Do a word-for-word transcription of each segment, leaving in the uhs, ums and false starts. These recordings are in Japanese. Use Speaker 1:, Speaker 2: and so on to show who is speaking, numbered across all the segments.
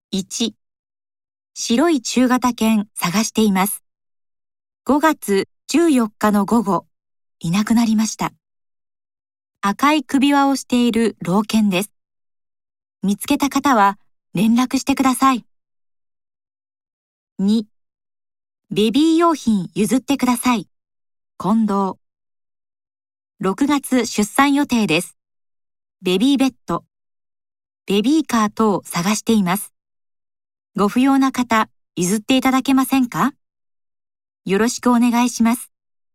Speaker 1: いち、白い中型犬探しています。ごがつじゅうよっかの午後、いなくなりました。赤い首輪をしている老犬です。見つけた方は連絡してください。に、ベビー用品譲ってください。近藤。ろくがつ出産予定です。ベビーベッド、ベビーカー等探しています。ご不要な方、譲っていただけませんか？よろしくお願いします。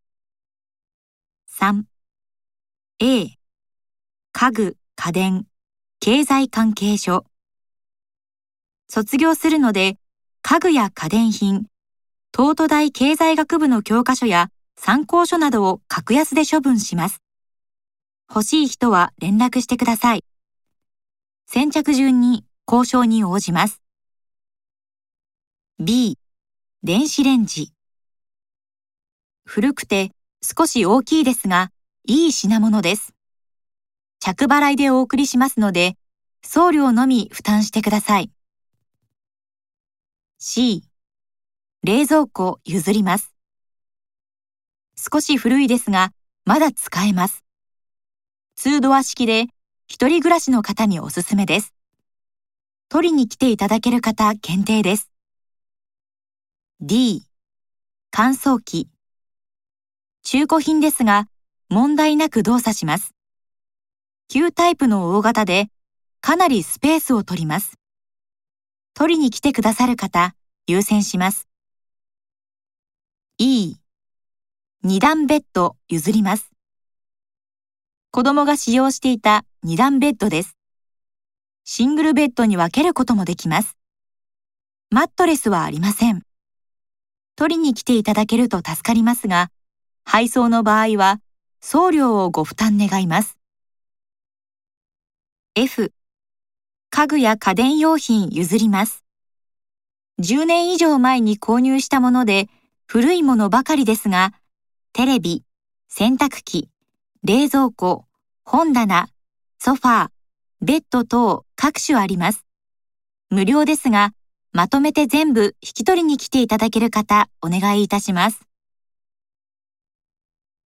Speaker 1: さん、A、家具、家電、経済関係所。卒業するので、家具や家電品、東都大経済学部の教科書や参考書などを格安で処分します。欲しい人は連絡してください。先着順に交渉に応じます。B、電子レンジ。古くて少し大きいですが、いい品物です。着払いでお送りしますので、送料のみ負担してください。C、冷蔵庫譲ります。少し古いですが、まだ使えます。ツードア式で、一人暮らしの方におすすめです。取りに来ていただける方限定です。D、乾燥機。中古品ですが、問題なく動作します。旧タイプの大型で、かなりスペースを取ります。取りに来てくださる方、優先します。E、二段ベッド譲ります。子供が使用していた二段ベッドです。シングルベッドに分けることもできます。マットレスはありません。取りに来ていただけると助かりますが、配送の場合は送料をご負担願います。F、家具や家電用品譲ります。じゅうねん以上前に購入したもので古いものばかりですが、テレビ、洗濯機、冷蔵庫、本棚、ソファー、ベッド等各種あります。無料ですが、まとめて全部引き取りに来ていただける方お願いいたします。